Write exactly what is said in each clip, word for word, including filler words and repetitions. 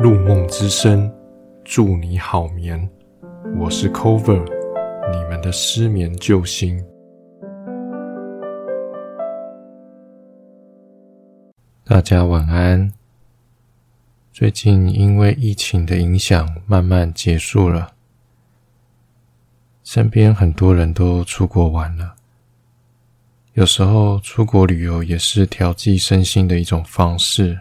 入梦之声，祝你好眠。我是 Cover， 你们的失眠救星。大家晚安。最近因为疫情的影响慢慢结束了，身边很多人都出国玩了。有时候出国旅游也是调剂身心的一种方式。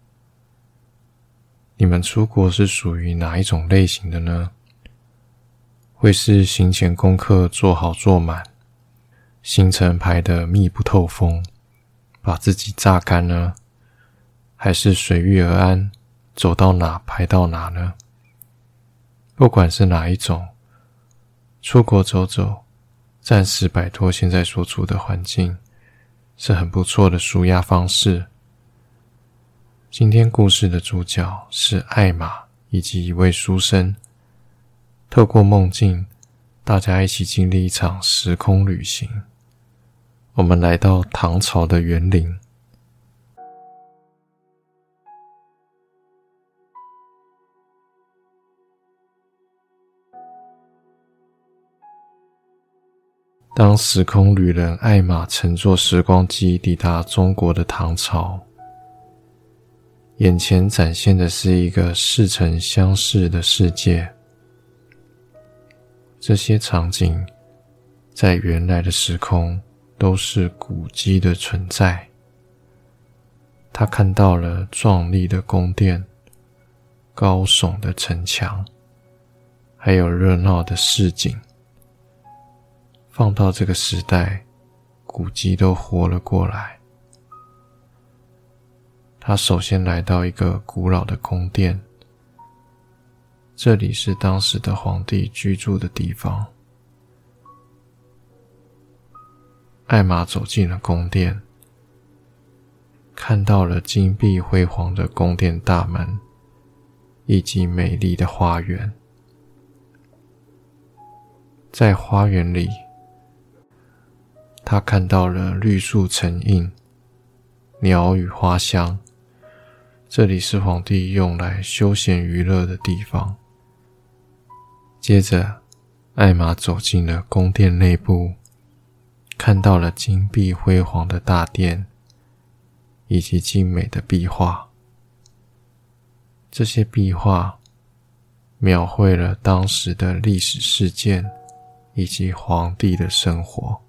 你们出国是属于哪一种类型的呢？会是行前功课做好做满，行程排得密不透风，把自己榨干呢？还是随遇而安，走到哪排到哪呢？不管是哪一种，出国走走，暂时摆脱现在所处的环境，是很不错的抒压方式。今天故事的主角是艾玛以及一位书生，透过梦境，大家一起经历一场时空旅行。我们来到唐朝的园林。当时空旅人艾玛乘坐时光机抵达中国的唐朝，眼前展现的是一个似曾相识的世界。这些场景在原来的时空都是古迹的存在。他看到了壮丽的宫殿、高耸的城墙，还有热闹的市井。放到这个时代，古迹都活了过来。他首先来到一个古老的宫殿，这里是当时的皇帝居住的地方。艾玛走进了宫殿，看到了金碧辉煌的宫殿大门，以及美丽的花园。在花园里，他看到了绿树成荫，鸟语花香，这里是皇帝用来休闲娱乐的地方。接着，艾玛走进了宫殿内部，看到了金碧辉煌的大殿，以及精美的壁画。这些壁画描绘了当时的历史事件，以及皇帝的生活。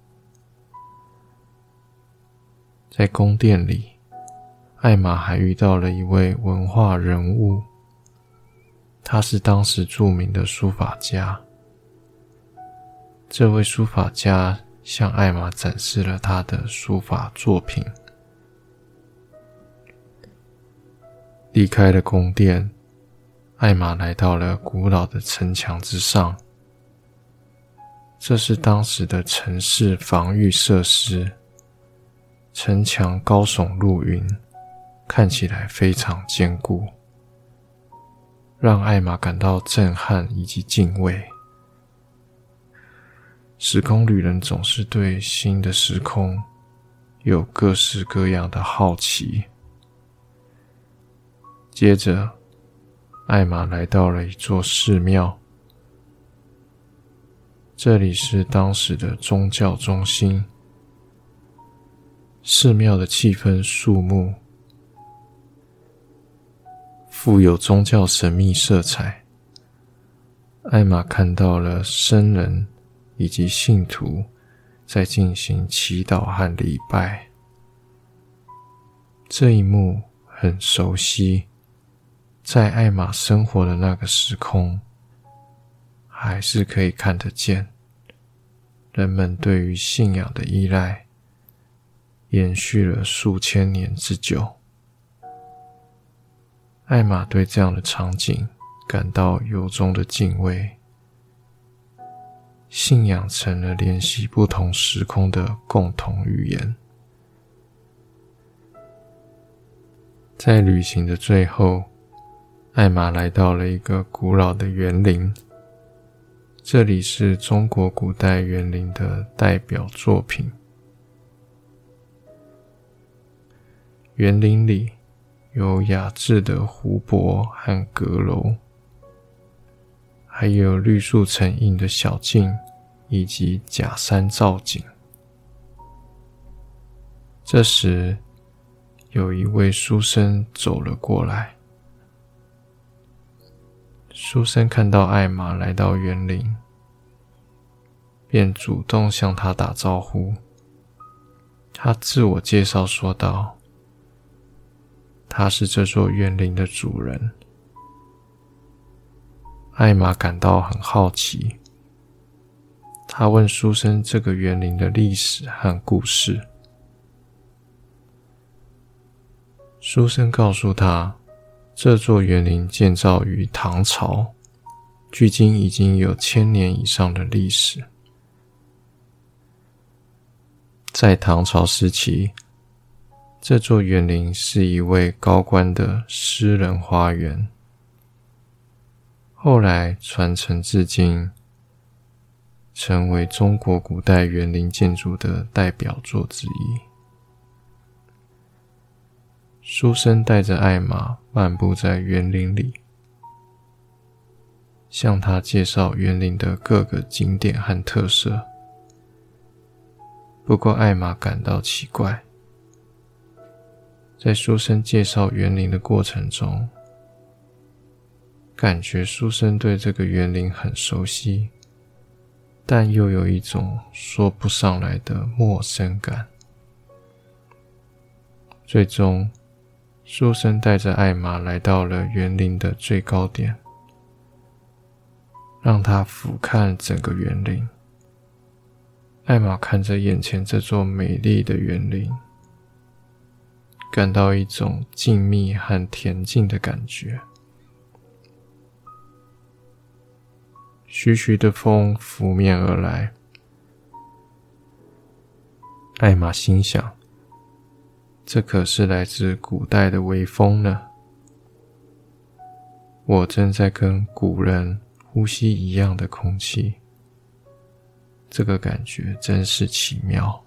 在宫殿里，艾玛还遇到了一位文化人物，他是当时著名的书法家。这位书法家向艾玛展示了他的书法作品。离开了宫殿，艾玛来到了古老的城墙之上。这是当时的城市防御设施，城墙高耸入云，看起来非常坚固，让艾玛感到震撼以及敬畏。时空旅人总是对新的时空有各式各样的好奇。接着，艾玛来到了一座寺庙，这里是当时的宗教中心。寺庙的气氛肃穆，富有宗教神秘色彩。艾玛看到了僧人以及信徒在进行祈祷和礼拜。这一幕很熟悉，在艾玛生活的那个时空，还是可以看得见人们对于信仰的依赖延续了数千年之久。艾玛对这样的场景感到由衷的敬畏。信仰成了联系不同时空的共同语言。在旅行的最后，艾玛来到了一个古老的园林，这里是中国古代园林的代表作品。园林里有雅致的湖泊和阁楼，还有绿树成荫的小径以及假山造景。这时，有一位书生走了过来。书生看到艾玛来到园林，便主动向她打招呼。他自我介绍说道，他是这座园林的主人。艾玛感到很好奇，他问书生这个园林的历史和故事。书生告诉他，这座园林建造于唐朝，距今已经有千年以上的历史。在唐朝时期，这座园林是一位高官的私人花园，后来传承至今，成为中国古代园林建筑的代表作之一。书生带着艾玛漫步在园林里，向他介绍园林的各个景点和特色。不过艾玛感到奇怪，在书生介绍园林的过程中，感觉书生对这个园林很熟悉，但又有一种说不上来的陌生感。最终，书生带着艾玛来到了园林的最高点，让他俯瞰整个园林。艾玛看着眼前这座美丽的园林，感到一种静谧和恬静的感觉。徐徐的风拂面而来，艾玛心想，这可是来自古代的微风呢。我正在跟古人呼吸一样的空气，这个感觉真是奇妙。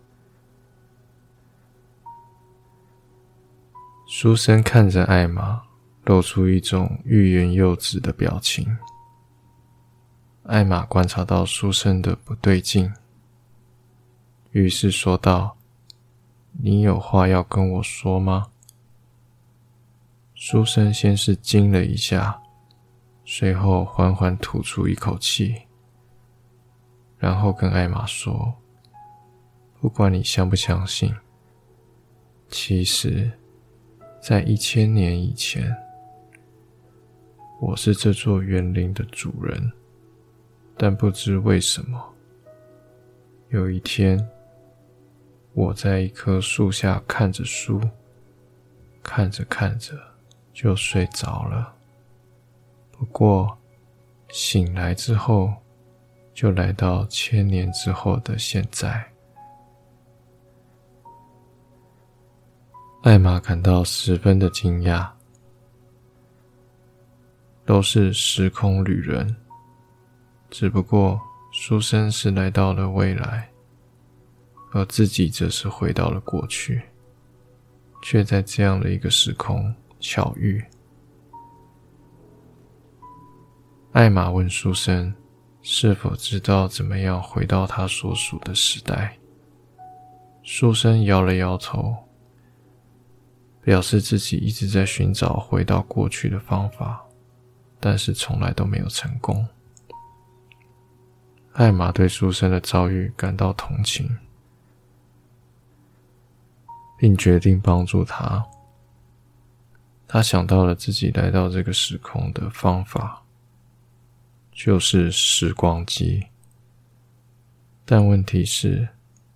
书生看着艾玛，露出一种欲言又止的表情。艾玛观察到书生的不对劲，于是说道，你有话要跟我说吗？书生先是惊了一下，随后缓缓吐出一口气，然后跟艾玛说，不管你相不相信，其实在一千年以前，我是这座园林的主人，但不知为什么，有一天，我在一棵树下看着书，看着看着就睡着了。不过，醒来之后，就来到千年之后的现在。艾玛感到十分的惊讶，都是时空旅人，只不过书生是来到了未来，而自己则是回到了过去，却在这样的一个时空巧遇。艾玛问书生是否知道怎么样回到他所属的时代。书生摇了摇头，表示自己一直在寻找回到过去的方法，但是从来都没有成功。艾玛对书生的遭遇感到同情，并决定帮助他。他想到了自己来到这个时空的方法，就是时光机。但问题是，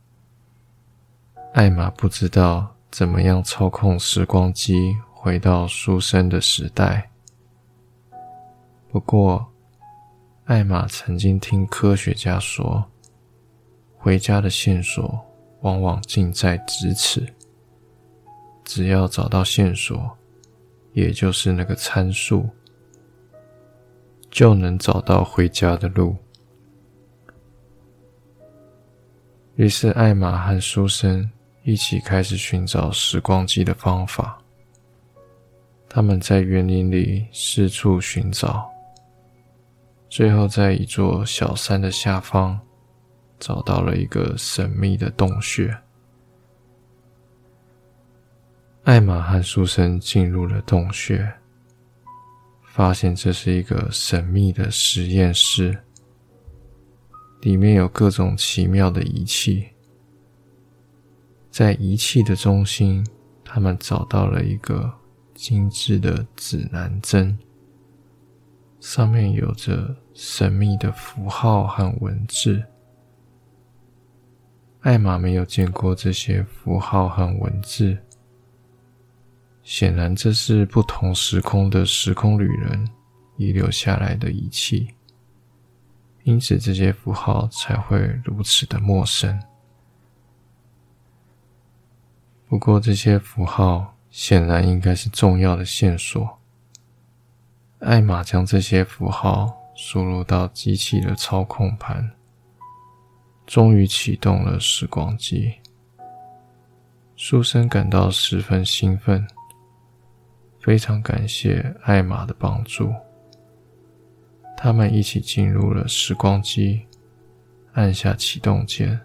艾玛不知道怎么样操控时光机回到书生的时代。不过，艾玛曾经听科学家说，回家的线索往往近在咫尺，只要找到线索，也就是那个参数，就能找到回家的路。于是艾玛和书生一起开始寻找时光机的方法。 他们在园林里四处寻找，最后在一座小山的下方找到了一个神秘的洞穴。艾玛和书生进入了洞穴，发现这是一个神秘的实验室，里面有各种奇妙的仪器。在仪器的中心，他们找到了一个精致的指南针，上面有着神秘的符号和文字。艾玛没有见过这些符号和文字，显然这是不同时空的时空旅人遗留下来的仪器，因此这些符号才会如此的陌生。不过这些符号显然应该是重要的线索。艾玛将这些符号输入到机器的操控盘，终于启动了时光机。书生感到十分兴奋，非常感谢艾玛的帮助。他们一起进入了时光机，按下启动键。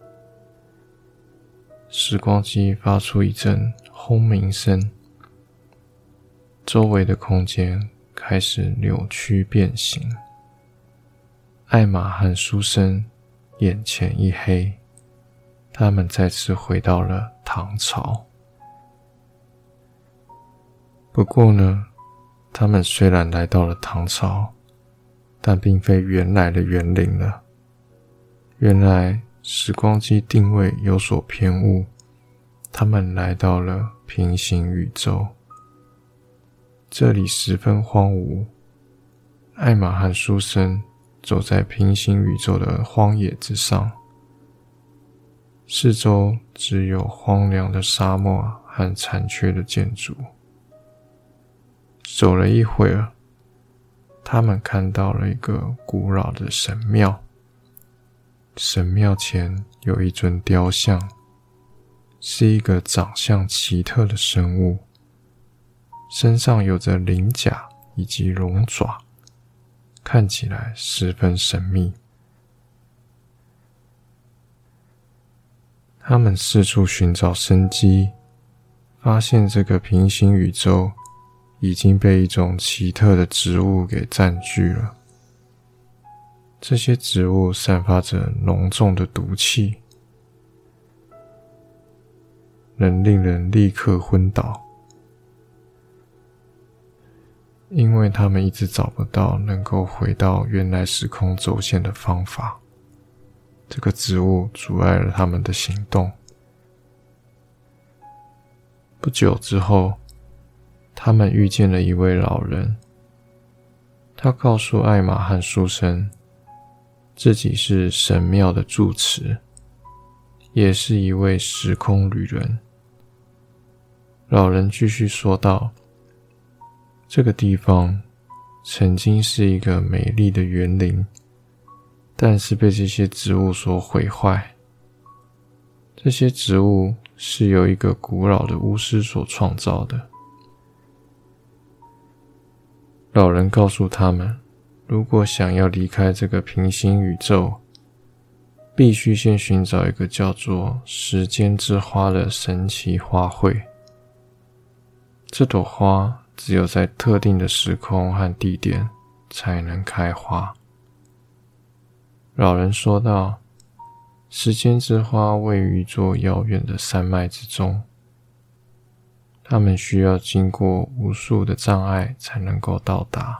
时光机发出一阵轰鸣声，周围的空间开始扭曲变形。艾玛和书生眼前一黑，他们再次回到了唐朝。不过呢，他们虽然来到了唐朝，但并非原来的园林了。原来时光机定位有所偏误，他们来到了平行宇宙。这里十分荒芜，艾玛和书生走在平行宇宙的荒野之上，四周只有荒凉的沙漠和残缺的建筑。走了一会儿，他们看到了一个古老的神庙。神庙前有一尊雕像，是一个长相奇特的生物，身上有着鳞甲以及龙爪，看起来十分神秘。他们四处寻找生机，发现这个平行宇宙已经被一种奇特的植物给占据了。这些植物散发着浓重的毒气，能令人立刻昏倒，因为他们一直找不到能够回到原来时空轴线的方法。这个植物阻碍了他们的行动。不久之后，他们遇见了一位老人，他告诉艾玛和书生，自己是神庙的住持，也是一位时空旅人。老人继续说道，这个地方曾经是一个美丽的园林，但是被这些植物所毁坏。这些植物是由一个古老的巫师所创造的。老人告诉他们，如果想要离开这个平行宇宙，必须先寻找一个叫做时间之花的神奇花卉。这朵花只有在特定的时空和地点才能开花。老人说道，时间之花位于一座遥远的山脉之中，他们需要经过无数的障碍才能够到达。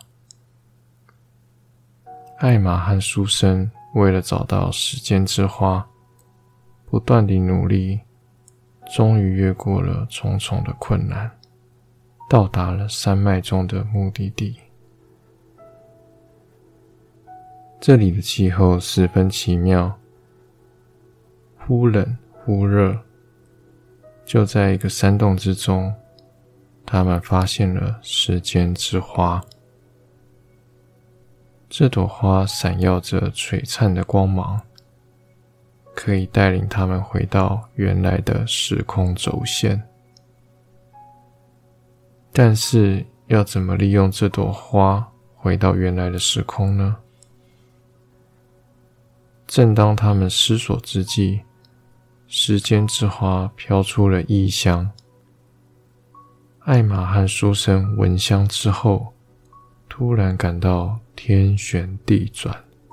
艾玛和书生为了找到时间之花，不断地努力，终于越过了重重的困难，到达了山脉中的目的地。这里的气候十分奇妙，忽冷忽热。就在一个山洞之中，他们发现了时间之花。这朵花闪耀着璀璨的光芒，可以带领他们回到原来的时空轴线。 但是要怎么利用这朵花回到原来的时空呢？正当他们思索之际，时间之花飘出了异香。艾玛和书生闻香之后，突然感到天旋地转，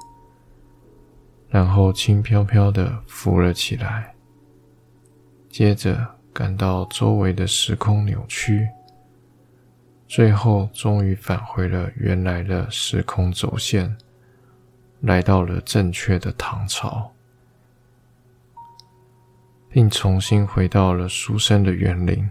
然后轻飘飘地浮了起来，接着感到周围的时空扭曲，最后终于返回了原来的时空轴线，来到了正确的唐朝，并重新回到了书生的园林。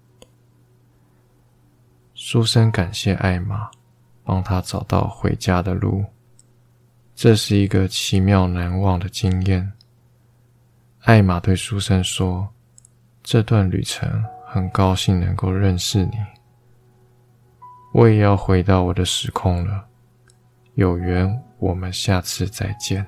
书生感谢艾玛帮他找到回家的路，这是一个奇妙难忘的经验。艾玛对书生说，这段旅程很高兴能够认识你，我也要回到我的时空了，有缘我们下次再见。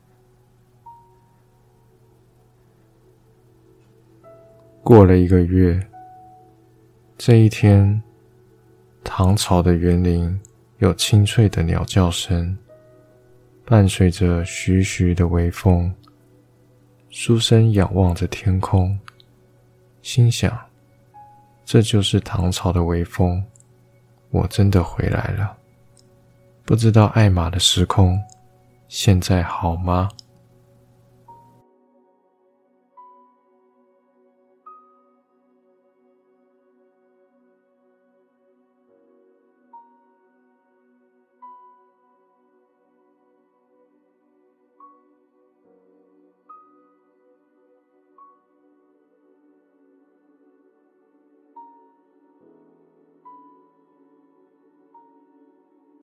过了一个月，这一天，唐朝的园林有清脆的鸟叫声，伴随着徐徐的微风。书生仰望着天空，心想，这就是唐朝的微风，我真的回来了。不知道艾玛的时空现在好吗？